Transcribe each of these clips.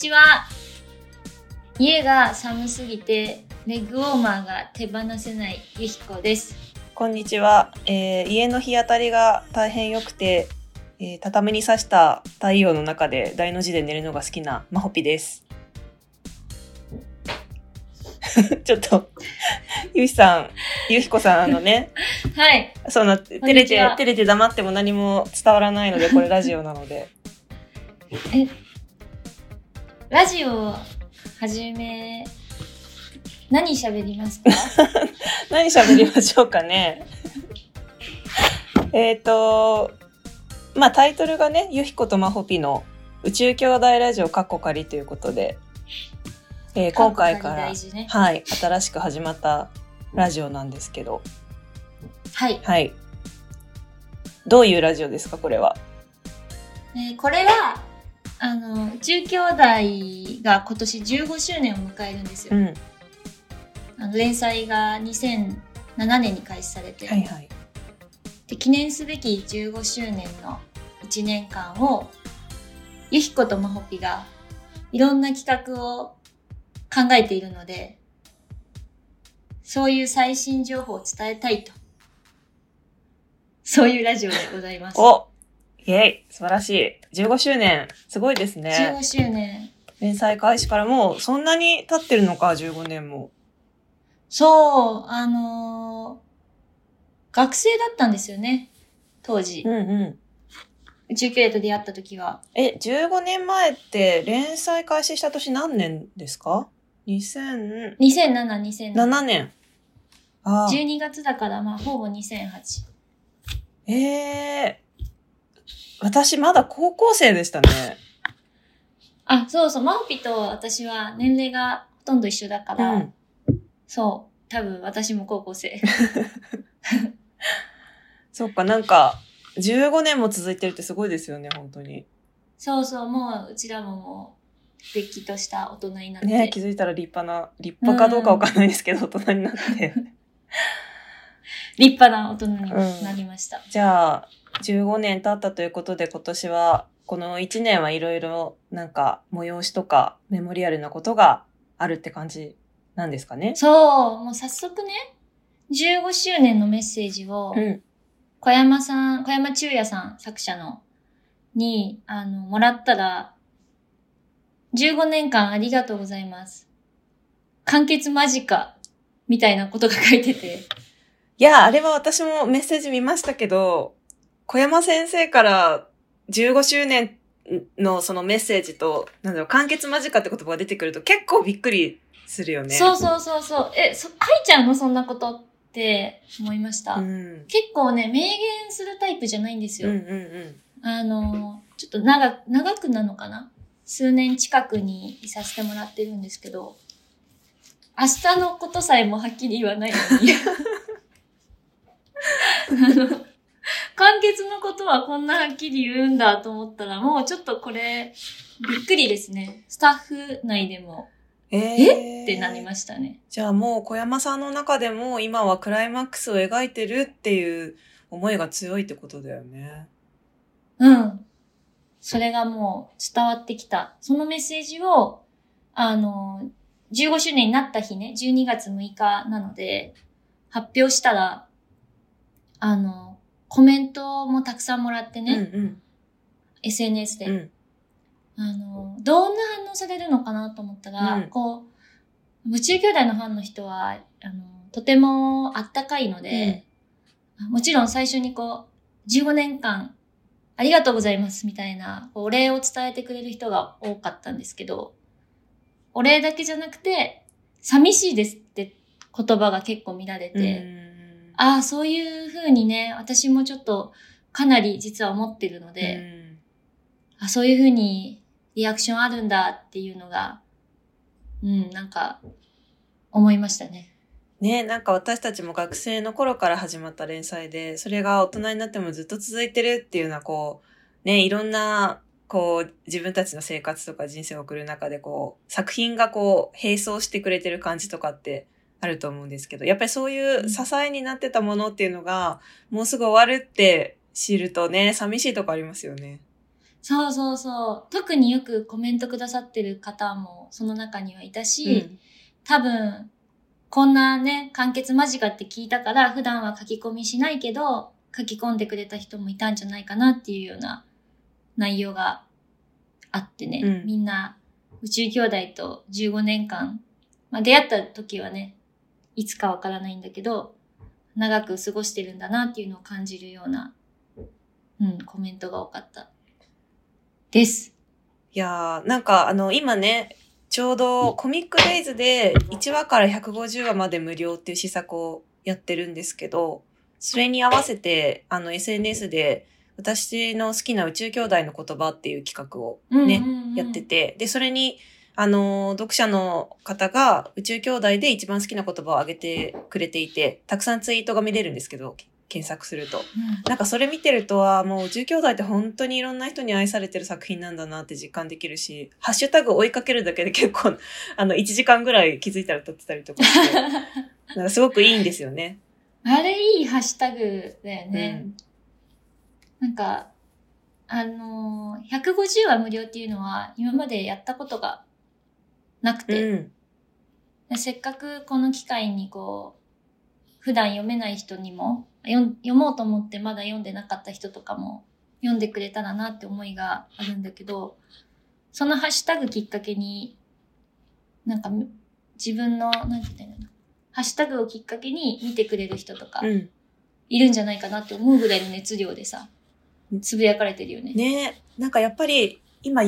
ちは。家が寒すぎてレッグウォーマーが手放せないゆひこです。 こんにちは。家の日当たりが大変良くて、畳に刺した太陽の中で大の字で寝るのが好きなまほぴです。ちょっとゆひこさんはい、そんな照れて黙っても何も伝わらないので、これラジオなので。 ラジオ始め何喋りますか？ 何喋りましょうかね。まあタイトルがね、ゆひことまほぴの宇宙兄弟ラジオカッコ仮ということで、今回から、ね、はい、新しく始まったラジオなんですけど、はい、どういうラジオですか、これは？ これは宇宙兄弟が今年15周年を迎えるんですよ。連載が2007年に開始されて、はいはい、で記念すべき15周年の1年間をゆひことまほぴがいろんな企画を考えているので、そういう最新情報を伝えたいと、そういうラジオでございます。 お、イェイ、素晴らしい。15周年、すごいですね。 15周年。 連載開始からもうそんなに経ってるのか、15年も。 そう、学生だったんですよね、当時。宇宙兄弟と出会った時は。 15年前って連載開始した年何年ですか？2007 年。 12月だから、まあ、ほぼ2008。 私まだ高校生でしたね。 あ、そうそう、まほぴと私は年齢がほとんど一緒だから、そう、多分私も高校生。 そっか、なんか、15年も続いてるってすごいですよね、本当に。 そうそう、もう、うちらもれっきとした大人になって。 ね、気づいたら立派かどうかわかんないですけど、大人になって。 立派な大人になりました。 じゃあ、15年経ったということで、今年は、この1年はいろいろなんか催しとかメモリアルなことがあるって感じなんですかね。 そう、もう早速ね、15周年のメッセージを、小山中也さん、作者の、に、もらったら、15年間ありがとうございます。完結間近、みたいなことが書いてて。 いや、あれは私もメッセージ見ましたけど、小山先生から15周年のそのメッセージと、完結間近って言葉が出てくると結構びっくりするよね。 そう。書いちゃうのそんなことって思いました。結構ね、明言するタイプじゃないんですよ。ちょっと長くなのかな？数年近くにいさせてもらってるんですけど、明日のことさえもはっきり言わないのに。完結のことはこんなはっきり言うんだと思ったら、もうちょっとこれ、びっくりですね。スタッフ内でも。ってなりましたね。 じゃあもう小山さんの中でも今はクライマックスを描いてるっていう思いが強いってことだよね。 それがもう伝わってきた。そのメッセージを、15周年になった日ね、12月6日なので、発表したら、コメントもたくさんもらってね、SNS で、どんな反応されるのかなと思ったら、宇宙兄弟のファンの人は、とてもあったかいので、もちろん最初に15年間ありがとうございますみたいな、お礼を伝えてくれる人が多かったんですけど、お礼だけじゃなくて、寂しいですって言葉が結構見られて、そういう風にね、私もちょっとかなり実は思ってるので、そういう風にリアクションあるんだっていうのが、なんか思いましたね。 ね、なんか私たちも学生の頃から始まった連載で、それが大人になってもずっと続いてるっていうのはいろんな自分たちの生活とか人生を送る中で作品が並走してくれてる感じとかってあると思うんですけど、やっぱりそういう支えになってたものっていうのがもうすぐ終わるって知るとね、寂しいとこありますよね。 そうそうそう。特によくコメントくださってる方もその中にはいたし、多分、こんなね、完結間近って聞いたから、普段は書き込みしないけど、書き込んでくれた人もいたんじゃないかなっていうような内容があってね、みんな宇宙兄弟と15年間、まあ出会った時はね、いつかわからないんだけど、長く過ごしてるんだなっていうのを感じるような、コメントが多かったです。 いやー、なんか今ね、ちょうどコミックデイズで1話から150話まで無料っていう施策をやってるんですけど、それに合わせてSNS で私の好きな宇宙兄弟の言葉っていう企画をね、やってて、で、それに読者の方が宇宙兄弟で一番好きな言葉を挙げてくれていて、たくさんツイートが見れるんですけど、検索すると。なんかそれ見てるとは、もう宇宙兄弟って本当にいろんな人に愛されてる作品なんだなって実感できるし、ハッシュタグ追いかけるだけで結構、1時間ぐらい気づいたら経ってたりとかして、なんかすごくいいんですよね。 あれいいハッシュタグだよね。なんか、150話無料っていうのは今までやったことがなくて、せっかくこの機会にこう、普段読めない人にも、読もうと思ってまだ読んでなかった人とかも読んでくれたらなって思いがあるんだけど、そのハッシュタグきっかけに、なんか自分の、なんて言ったらいいの、ハッシュタグをきっかけに見てくれる人とか、いるんじゃないかなって思うぐらいの熱量でさ、つぶやかれてるよね。 ねえ、なんかやっぱり、今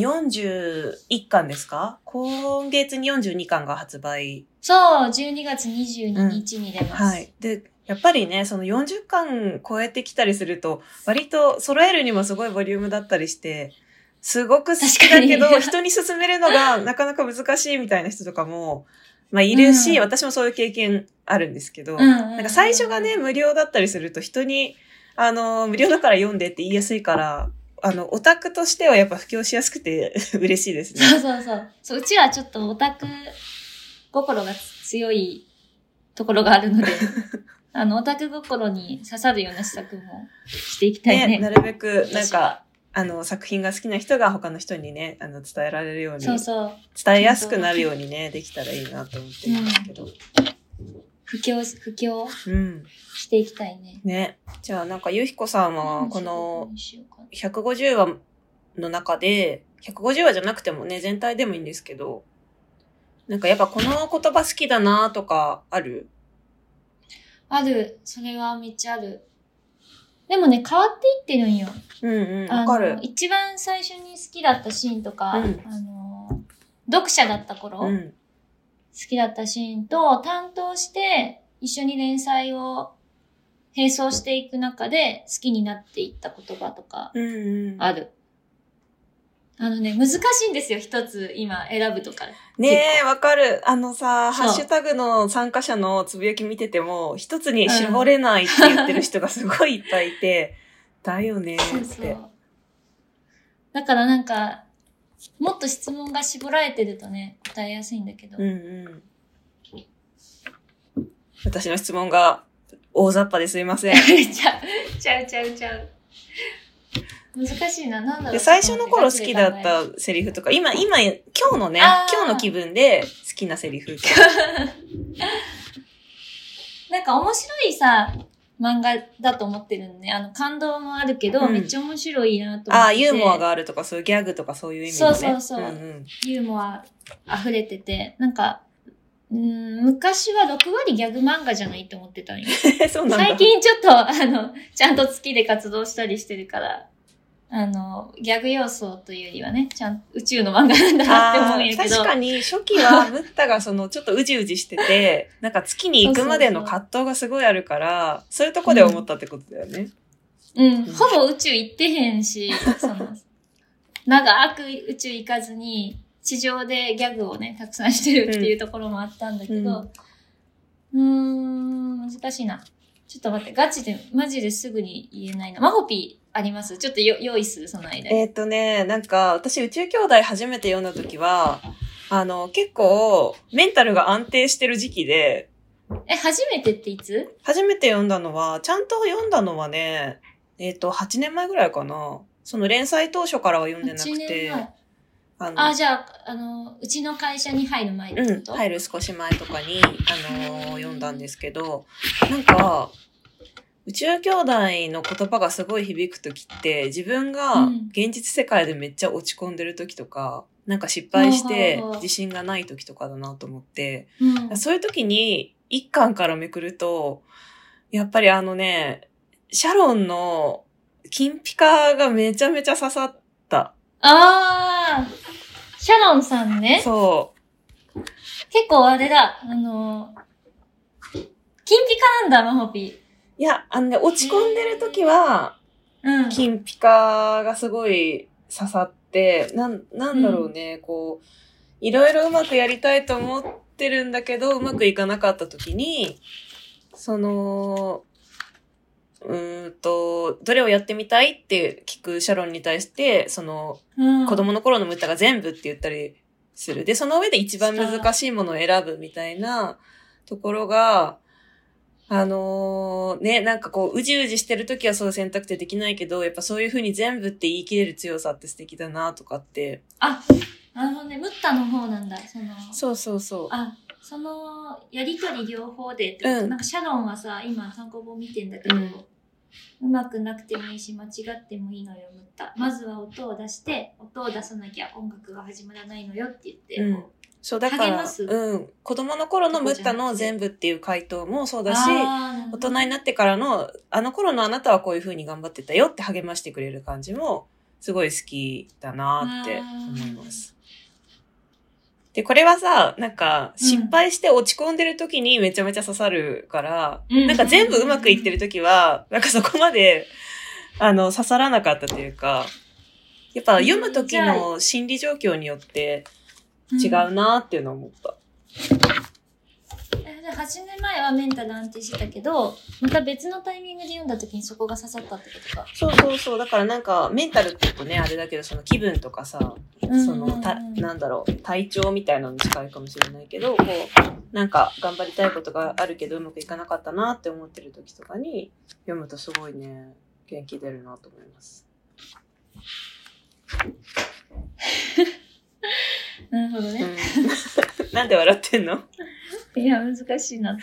41巻ですか？今月に42巻が発売。 そう、12月22日に出ます。 はい。で、やっぱりね、その40巻超えてきたりすると、割と揃えるにもすごいボリュームだったりして、すごく好きだけど、人に勧めるのがなかなか難しいみたいな人とかも、まあいるし、私もそういう経験あるんですけど、なんか最初がね、無料だったりすると人に、無料だから読んでって言いやすいから、オタクとしてはやっぱ布教しやすくて嬉しいですね。 そう、うちはちょっとオタク心が強いところがあるので、オタク心に刺さるような施策もしていきたいね。 なるべく、なんか、作品が好きな人が他の人にね、伝えられるように、伝えやすくなるようにね、できたらいいなと思ってるんですけど。 布教していきたいね。 ね。じゃあなんかゆひこさんはこの150話の中で、150話じゃなくてもね、全体でもいいんですけど、なんかやっぱこの言葉好きだなとかある？ ある。それはめっちゃある。でもね、変わっていってるんよ。 わかる。 一番最初に好きだったシーンとか、読者だった頃、好きだったシーンと担当して一緒に連載を並走していく中で好きになっていった言葉とかある。難しいんですよ、一つ今選ぶとか。 ねえ、わかる。ハッシュタグの参加者のつぶやき見てても、一つに絞れないって言ってる人がすごいいっぱいいて、だよねって。そう。 だからなんか、もっと質問が絞られてるとね、答えやすいんだけど。 私の質問が大雑把ですいません。 ちゃう。難しいな、なんだろう。 で、最初の頃好きだったセリフとか、今日の気分で好きなセリフ。 なんか面白いさ、漫画だと思ってるのね。感動もあるけど、めっちゃ面白いなと思って。 ユーモアがあるとか、そういうギャグとかそういう意味でね。 そう。ユーモア溢れてて、なんか、昔は6割ギャグ漫画じゃないって思ってたんよ。 そうなんだ。 最近ちょっと、ちゃんと月で活動したりしてるから、ギャグ要素というよりはね、ちゃん宇宙の漫画なんだなって思うんやけど。 確かに初期はムッタがちょっとうじうじしてて、なんか月に行くまでの葛藤がすごいあるから、そういうとこで思ったってことだよね。 ほぼ宇宙行ってへんし、長く宇宙行かずに、地上でギャグをね、たくさんしてるっていうところもあったんだけど、難しいな。ちょっと待って、マジですぐに言えないな。マホピーあります？ちょっと用意する、その間に。なんか、私宇宙兄弟初めて読んだ時は、結構、メンタルが安定してる時期で。 初めてっていつ？ 初めて読んだのは、ちゃんと読んだのはね、8年前ぐらいかな。 その連載当初からは読んでなくて。 じゃあ、うちの会社に入る前ってこと？ 入る少し前とかに、読んだんですけど、なんか、宇宙兄弟の言葉がすごい響くときって、自分が現実世界でめっちゃ落ち込んでるときとか、なんか失敗して自信がないときとかだなと思って、そういうときに一巻からめくると、やっぱりシャロンの金ピカがめちゃめちゃ刺さった。 シャロンさんね。 そう。 結構あれだ、金ピカなんだ、マホピー。 いや、落ち込んでるときは、金ピカがすごい刺さって、なんだろうね、こう、いろいろうまくやりたいと思ってるんだけど、うまくいかなかったときに、どれをやってみたいって聞くシャロンに対して、子供の頃のムッタが全部って言ったりする。で、その上で一番難しいものを選ぶみたいなところが、なんかこう、うじうじしてるときはそう選択ってできないけど、やっぱそういう風に全部って言い切れる強さって素敵だなとかって。 なるほどね。ムッタの方なんだ。 そうそうそう。 やりとり両方でってこと、なんかシャロンはさ、今単行本見てんだけど、うまくなくてもいいし、間違ってもいいのよ、ムッタ。まずは音を出して、音を出さなきゃ音楽が始まらないのよって言って、 そう、だから、子供の頃のムッタの全部っていう回答もそうだし、大人になってからの、あの頃のあなたはこういう風に頑張ってたよって励ましてくれる感じも、すごい好きだなって思います。で、これはさ、なんか、失敗して落ち込んでる時にめちゃめちゃ刺さるから、なんか全部うまくいってる時は、なんかそこまで、刺さらなかったというか、やっぱ読む時の心理状況によって、違うなーっていうのを思った。 8年前はメンタル安定してたけど、また別のタイミングで読んだ時にそこが刺さったってことか。 そうそうそう。だからなんか、メンタルって言うとね、あれだけど、その気分とかさ、なんだろう、体調みたいなのに近いかもしれないけど、こう、なんか頑張りたいことがあるけどうまくいかなかったなって思ってる時とかに読むとすごいね、元気出るなと思います。 なるほどね。 なんで笑ってんの？ いや、難しいなって。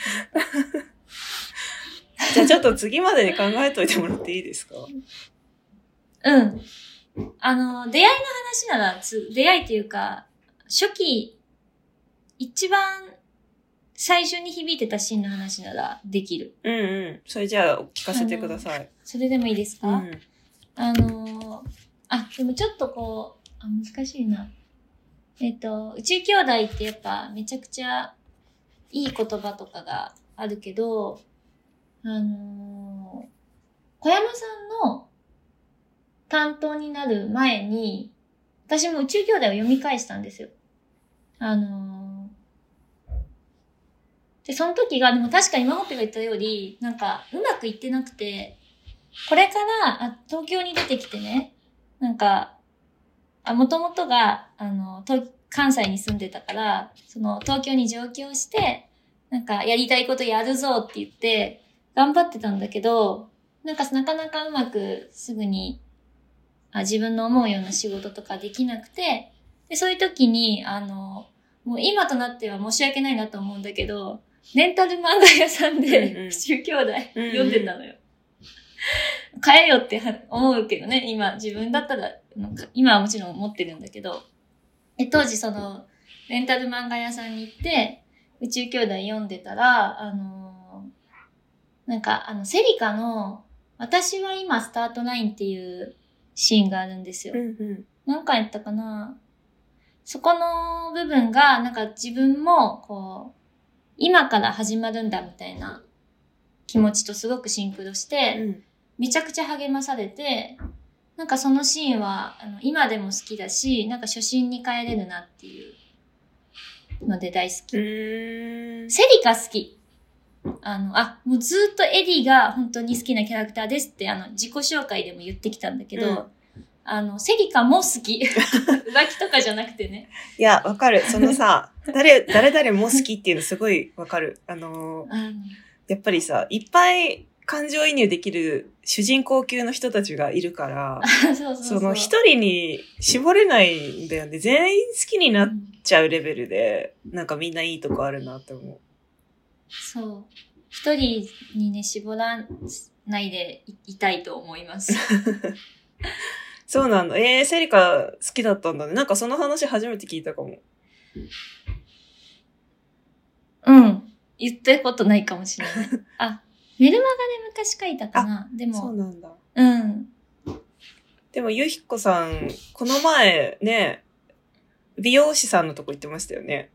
じゃあちょっと次までに考えといてもらっていいですか？ 出会いの話なら、出会いっていうか、初期、一番最初に響いてたシーンの話ならできる。 それじゃあ聞かせてください。 それでもいいですか？でもちょっとこう、難しいな。宇宙兄弟ってやっぱめちゃくちゃいい言葉とかがあるけど、小山さんの担当になる前に、私も宇宙兄弟を読み返したんですよ。で、その時が、でも確かにマホピが言ったより、なんかうまくいってなくて、これから東京に出てきてね、なんか、もともとが、関西に住んでたから、東京に上京して、なんか、やりたいことやるぞって言って、頑張ってたんだけど、なんか、なかなかうまくすぐに、自分の思うような仕事とかできなくて、で、そういう時に、もう今となっては申し訳ないなと思うんだけど、レンタル漫画屋さんで、宇宙兄弟読んでたのよ。買えよって思うけどね、今自分だったら、今はもちろん持ってるんだけど、当時レンタル漫画屋さんに行って、宇宙兄弟読んでたら、なんかセリカの、私は今スタートラインっていうシーンがあるんですよ。何回やったかな？そこの部分が、なんか自分も、こう、今から始まるんだみたいな気持ちとすごくシンクロして、めちゃくちゃ励まされて、なんかそのシーンは今でも好きだし、なんか初心に帰れるなっていうので大好き。セリカ好き。もうずっとエディが本当に好きなキャラクターですって自己紹介でも言ってきたんだけど、セリカも好き。浮気とかじゃなくてね。 いや、わかる。そのさ、誰々も好きっていうのすごいわかる。やっぱりさ、いっぱい感情移入できる主人公級の人たちがいるから、 そうその一人に絞れないんだよね。全員好きになっちゃうレベルで、なんかみんないいとこあるなって思う。 そう。一人にね、絞らないでいたいと思います。 そうなんだ。セリカ好きだったんだね。なんかその話初めて聞いたかも。 うん。言ったことないかもしれない。あ、メルマガで昔書いたかな。でも。 そうなんだ。 うん。 でも、ゆひこさん、この前ね、美容師さんのとこ行ってましたよね。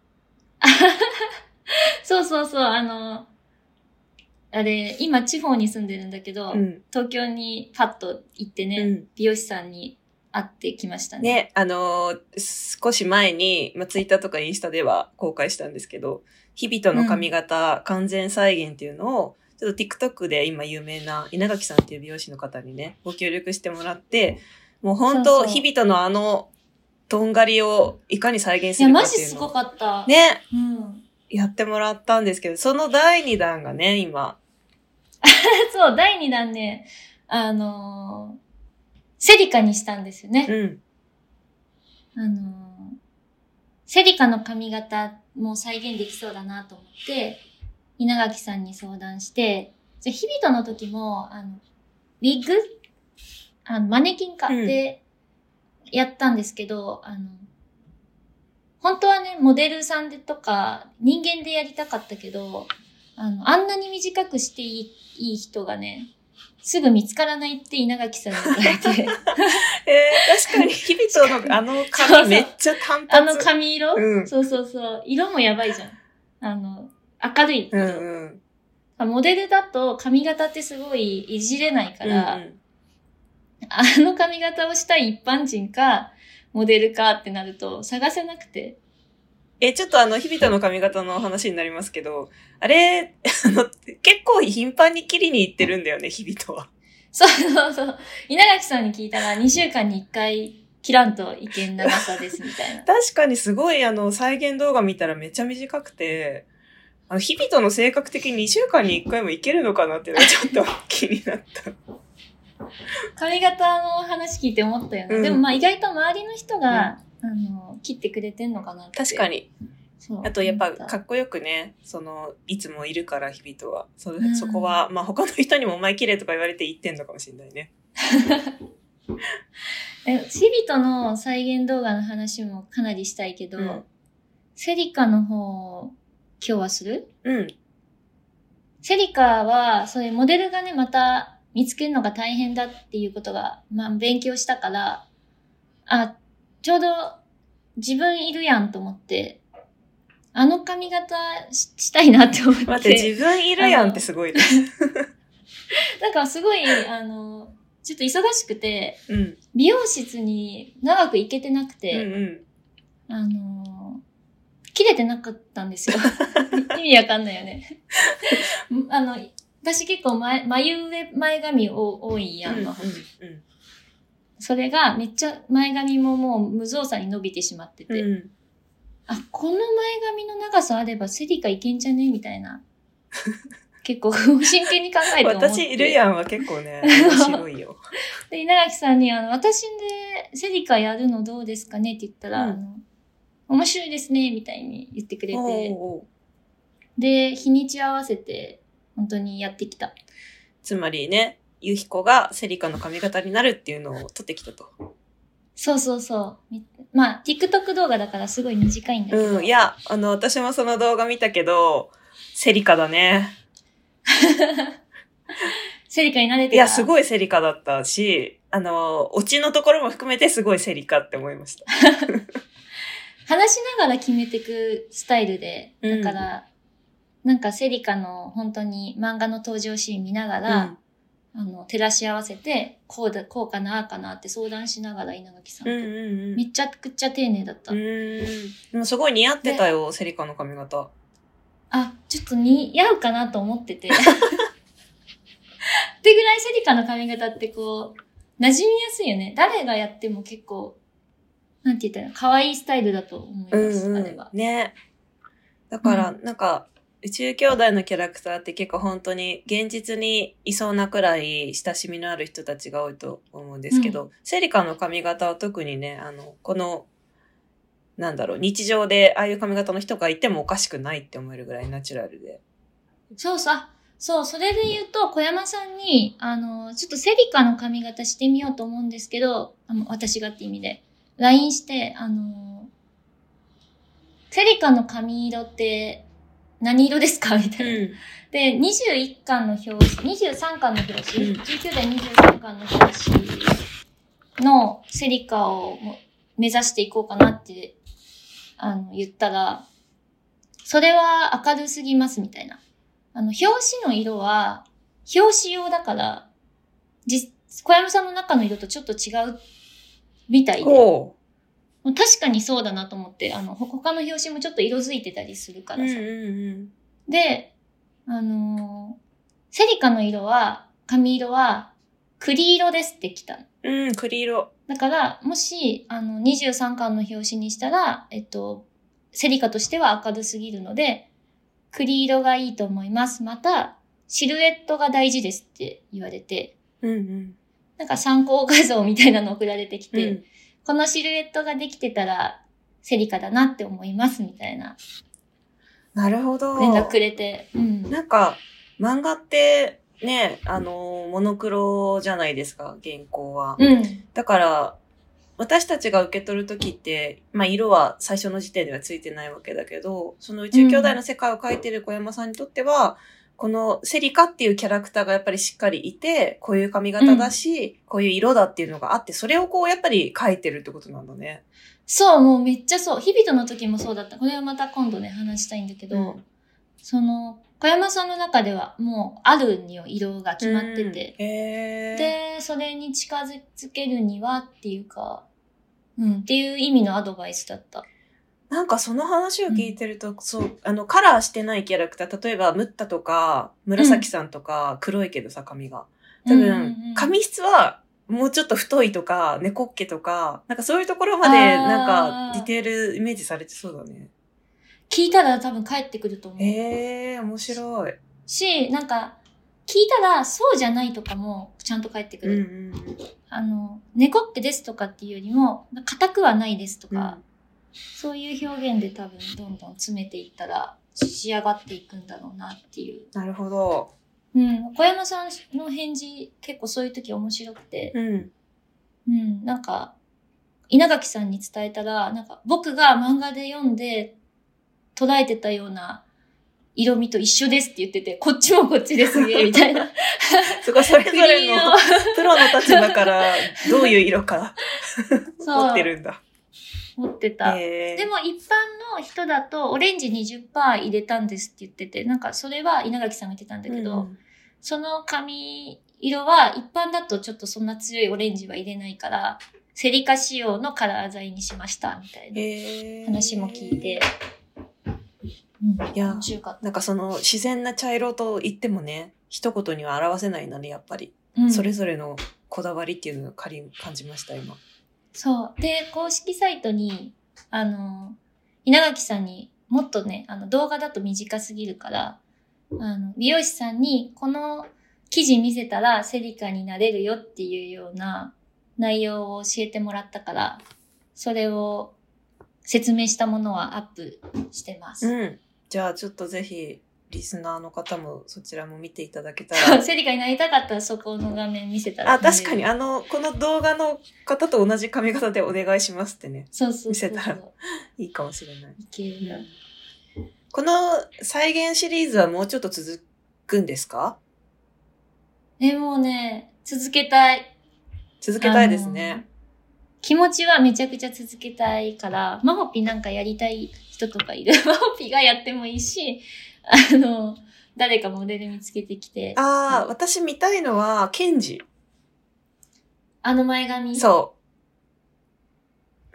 そうそうそう、あれ、今地方に住んでるんだけど、東京にパッと行ってね、美容師さんに会ってきましたね。 ね、少し前に、ツイッターとかインスタでは公開したんですけど、日々との髪型完全再現っていうのを、ちょっと TikTok で今有名な稲垣さんっていう美容師の方にね、ご協力してもらって、もう本当日々とのとんがりをいかに再現するかっていうのを。 いや、マジすごかった。 ね。うん。やってもらったんですけど、その第2弾がね、今。 そう、第2弾ね、セリカにしたんですよね。セリカの髪型も再現できそうだなと思って、稲垣さんに相談して、じゃあ日々との時も、ウィッグマネキンかでやったんですけど、本当はね、モデルさんでとか、人間でやりたかったけど、あんなに短くしていい人がね、すぐ見つからないって稲垣さんに言われて。 確かに、日々との髪めっちゃ単発。 髪色、そうそうそう。色もやばいじゃん。明るい色。モデルだと髪型ってすごいいじれないから、髪型をしたい一般人か、モデルかってなると探せなくて。 ちょっと日々との髪型の話になりますけど、あれ、結構頻繁に切りに行ってるんだよね、日々とは。 そうそうそう。稲垣さんに聞いたら2週間に1回切らんといけん長さですみたいな。 確かにすごい再現動画見たらめっちゃ短くて、日々との性格的に2週間に1回もいけるのかなっていうのがちょっと気になった。 髪型の話聞いて思ったよね。でも意外と周りの人が、切ってくれてんのかなって。 確かに。あとやっぱかっこよくね、いつもいるから日々とは。そこは、他の人にもお前綺麗とか言われて言ってんのかもしれないね。 日々との再現動画の話もかなりしたいけど、セリカの方、今日はする？セリカは、そういうモデルがね、また見つけるのが大変だっていうことが、勉強したから、ちょうど自分いるやんと思って、髪型したいなって思って。 待って、自分いるやんってすごいね。 なんかすごい、ちょっと忙しくて、美容室に長く行けてなくて、切れてなかったんですよ。意味わかんないよね。私結構眉上前髪多いやんの。それがめっちゃ前髪ももう無造作に伸びてしまってて、この前髪の長さあればセリカいけんじゃねみたいな。結構真剣に考えて思って。 私いるやんは結構ね、面白いよ。 で、稲垣さんに私でセリカやるのどうですかねって言ったら、面白いですねみたいに言ってくれて、で、日にち合わせて本当にやってきた。 つまりね、ゆひこがセリカの髪型になるっていうのを撮ってきたと。 そうそうそう。TikTok 動画だからすごい短いんだけど。 いや、私もその動画見たけど、セリカだね。 セリカに慣れてた。 いや、すごいセリカだったし、オチのところも含めてすごいセリカって思いました。 話しながら決めていくスタイルで、だから、なんかセリカの本当に漫画の登場シーン見ながら、照らし合わせて、こうかな、かなって相談しながら稲垣さんと。めっちゃくちゃ丁寧だった。 でもすごい似合ってたよ、セリカの髪型。 ちょっと似合うかなと思ってて。ってぐらいセリカの髪型ってこう、馴染みやすいよね。誰がやっても結構、なんて言ったら可愛いスタイルだと思います、あれは。 ね。だから、なんか、 宇宙兄弟のキャラクターって結構本当に現実にいそうなくらい親しみのある人たちが多いと思うんですけど、セリカの髪型は特にね、この、日常でああいう髪型の人がいてもおかしくないって思えるぐらいナチュラルで。 そうそう、それで言うと、小山さんに、ちょっとセリカの髪型してみようと思うんですけど、私がって意味で、LINE して、セリカの髪色って何色ですかみたいな。で、21巻の表紙、23巻の表紙、19代23巻の表紙のセリカを目指していこうかなって、言ったら、それは明るすぎますみたいな。表紙の色は、表紙用だから、小山さんの中の色とちょっと違うみたいで。確かにそうだなと思って、他の表紙もちょっと色づいてたりするからさ。で、セリカの髪色は、栗色ですって来たの。 栗色。 だから、もし、23巻の表紙にしたら、セリカとしては明るすぎるので、栗色がいいと思います。また、シルエットが大事ですって言われて、なんか参考画像みたいなの送られてきて、このシルエットができてたら、セリカだなって思いますみたいな。 なるほど。 連絡くれて。 なんか、漫画って、ね、モノクロじゃないですか、原稿は。だから、私たちが受け取るときって、色は最初の時点ではついてないわけだけど、その宇宙兄弟の世界を描いている小山さんにとっては、このセリカっていうキャラクターがやっぱりしっかりいて、こういう髪型だし、こういう色だっていうのがあって、それをやっぱり描いてるってことなんだね。 そう、もうめっちゃそう。日々との時もそうだった。これはまた今度ね、話したいんだけど、小山さんの中ではもうあるに色が決まってて、で、それに近づけるにはっていうか、っていう意味のアドバイスだった。 なんかその話を聞いてると、カラーしてないキャラクター、例えばムッタとか、紫さんとか、黒いけどさ、髪が。多分、髪質はもうちょっと太いとか、猫っ毛とか、なんかそういうところまで、なんか、ディテールイメージされてそうだね。 聞いたら多分帰ってくると思う。 面白い。 し、なんか、聞いたらそうじゃないとかもちゃんと帰ってくる。猫っ毛ですとかっていうよりも、硬くはないですとか、そういう表現で多分どんどん詰めていったら仕上がっていくんだろうなっていう。 なるほど。 小山さんの返事結構そういう時面白くて。なんか、稲垣さんに伝えたら、なんか僕が漫画で読んで捉えてたような色味と一緒ですって言ってて、こっちもこっちですげえみたいな。 それぞれのプロの立場からどういう色か持ってるんだ。 持ってた。でも一般の人だとオレンジ 20% 入れたんですって言ってて、なんかそれは稲垣さんが言ってたんだけど、その髪色は一般だとちょっとそんな強いオレンジは入れないから、セリカ仕様のカラー剤にしましたみたいな話も聞いて。 いや、なんかその自然な茶色と言ってもね、一言には表せないんだね、やっぱり。それぞれのこだわりっていうのを感じました、今。 そう。で、公式サイトに、稲垣さんにもっとね、動画だと短すぎるから、美容師さんにこの記事見せたらセリカになれるよっていうような内容を教えてもらったから、それを説明したものはアップしてます。 じゃあちょっとぜひ、リスナーの方もそちらも見ていただけたら。 セリカになりたかったらそこの画面見せたら。 確かにこの動画の方と同じ髪型でお願いしますってね。 そう見せたらいいかもしれない。 いけるな。 この再現シリーズはもうちょっと続くんですか？ もうね、続けたい。 続けたいですね。 気持ちはめちゃくちゃ続けたいから、マホピなんかやりたい人とかいる。マホピがやってもいいし、誰かモデル見つけてきて。 私見たいのは、ケンジ。 前髪？ そう。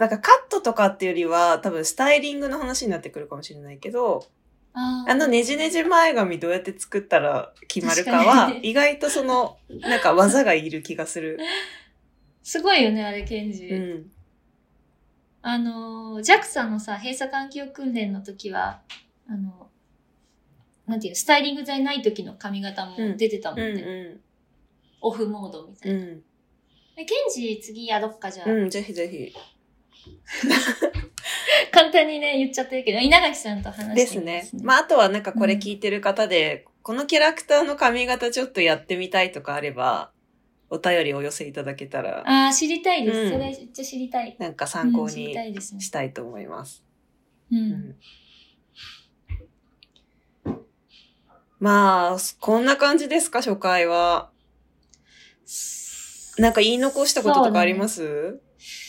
なんかカットとかっていうよりは、多分スタイリングの話になってくるかもしれないけど、ねじねじ前髪どうやって作ったら決まるかは、意外となんか技がいる気がする。 すごいよね、あれ、ケンジ。JAXA のさ、閉鎖環境訓練の時は、 なんていう、スタイリング剤ない時の髪型も出てたもんね。 うんうん、 オフモードみたいな。ケンジ次やろっか、じゃあ。 ぜひぜひ。 簡単にね、言っちゃってるけど、稲垣さんと話してみますね。 ですね。あとはなんかこれ聞いてる方で、このキャラクターの髪型ちょっとやってみたいとかあれば、お便りお寄せいただけたら。 知りたいです。それめっちゃ知りたい。 なんか参考にしたいと思います。こんな感じですか、初回は。なんか言い残したこととかあります？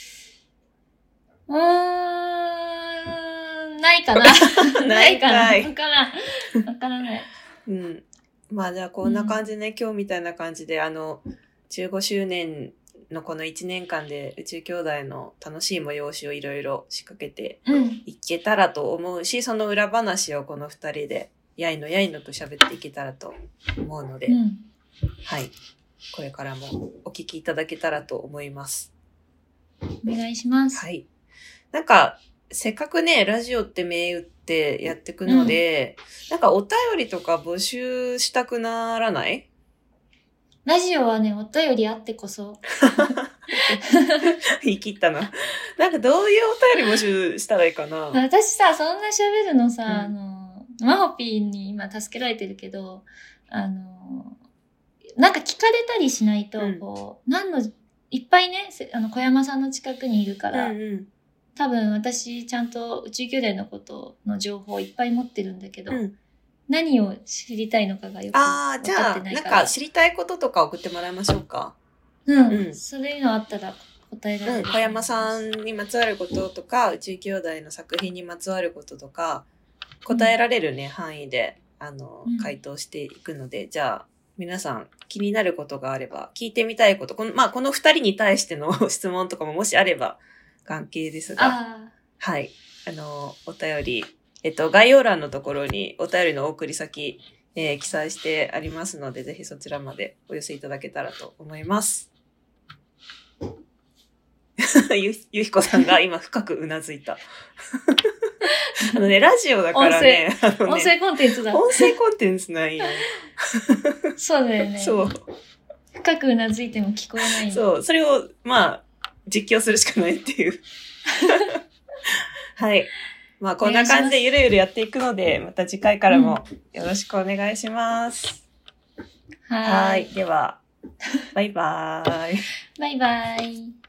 ないかな。ないかな。わからない。 じゃあこんな感じね、今日みたいな感じで、15周年のこの1年間で宇宙兄弟の楽しい催しをいろいろ仕掛けていけたらと思うし、その裏話をこの2人でやいのと喋っていけたらと思うので、はい。これからもお聞きいただけたらと思います。 お願いします。 はい。なんか、せっかくね、ラジオって銘打ってやっていくので、なんかお便りとか募集したくならない？ ラジオはね、お便りあってこそ。 言い切ったな。なんかどういうお便り募集したらいいかな？ 私さ、そんな喋るのさ、マホピーに今助けられてるけど、なんか聞かれたりしないと、こう、いっぱいね、小山さんの近くにいるから、多分私ちゃんと宇宙兄弟のことの情報をいっぱい持ってるんだけど、何を知りたいのかがよく分かってないから。 じゃあ、なんか知りたいこととか送ってもらいましょうか。 そういうのあったら答えられる。 小山さんにまつわることとか、宇宙兄弟の作品にまつわることとか、答えられるね、範囲で、回答していくので、じゃあ、皆さん気になることがあれば、聞いてみたいこと、この二人に対しての質問とかももしあれば、関係ですが、はい。お便り、概要欄のところにお便りのお送り先、記載してありますので、ぜひそちらまでお寄せいただけたらと思います。ゆひこさんが今深くうなずいた。ラジオだからね。 音声コンテンツだ。 音声コンテンツなんよ。 そうだよね。 そう。 深くうなずいても聞こえない。 そう。それを、実況するしかないっていう。はい。こんな感じでゆるゆるやっていくので、また次回からもよろしくお願いします。はい。では、バイバーイ。 バイバイ。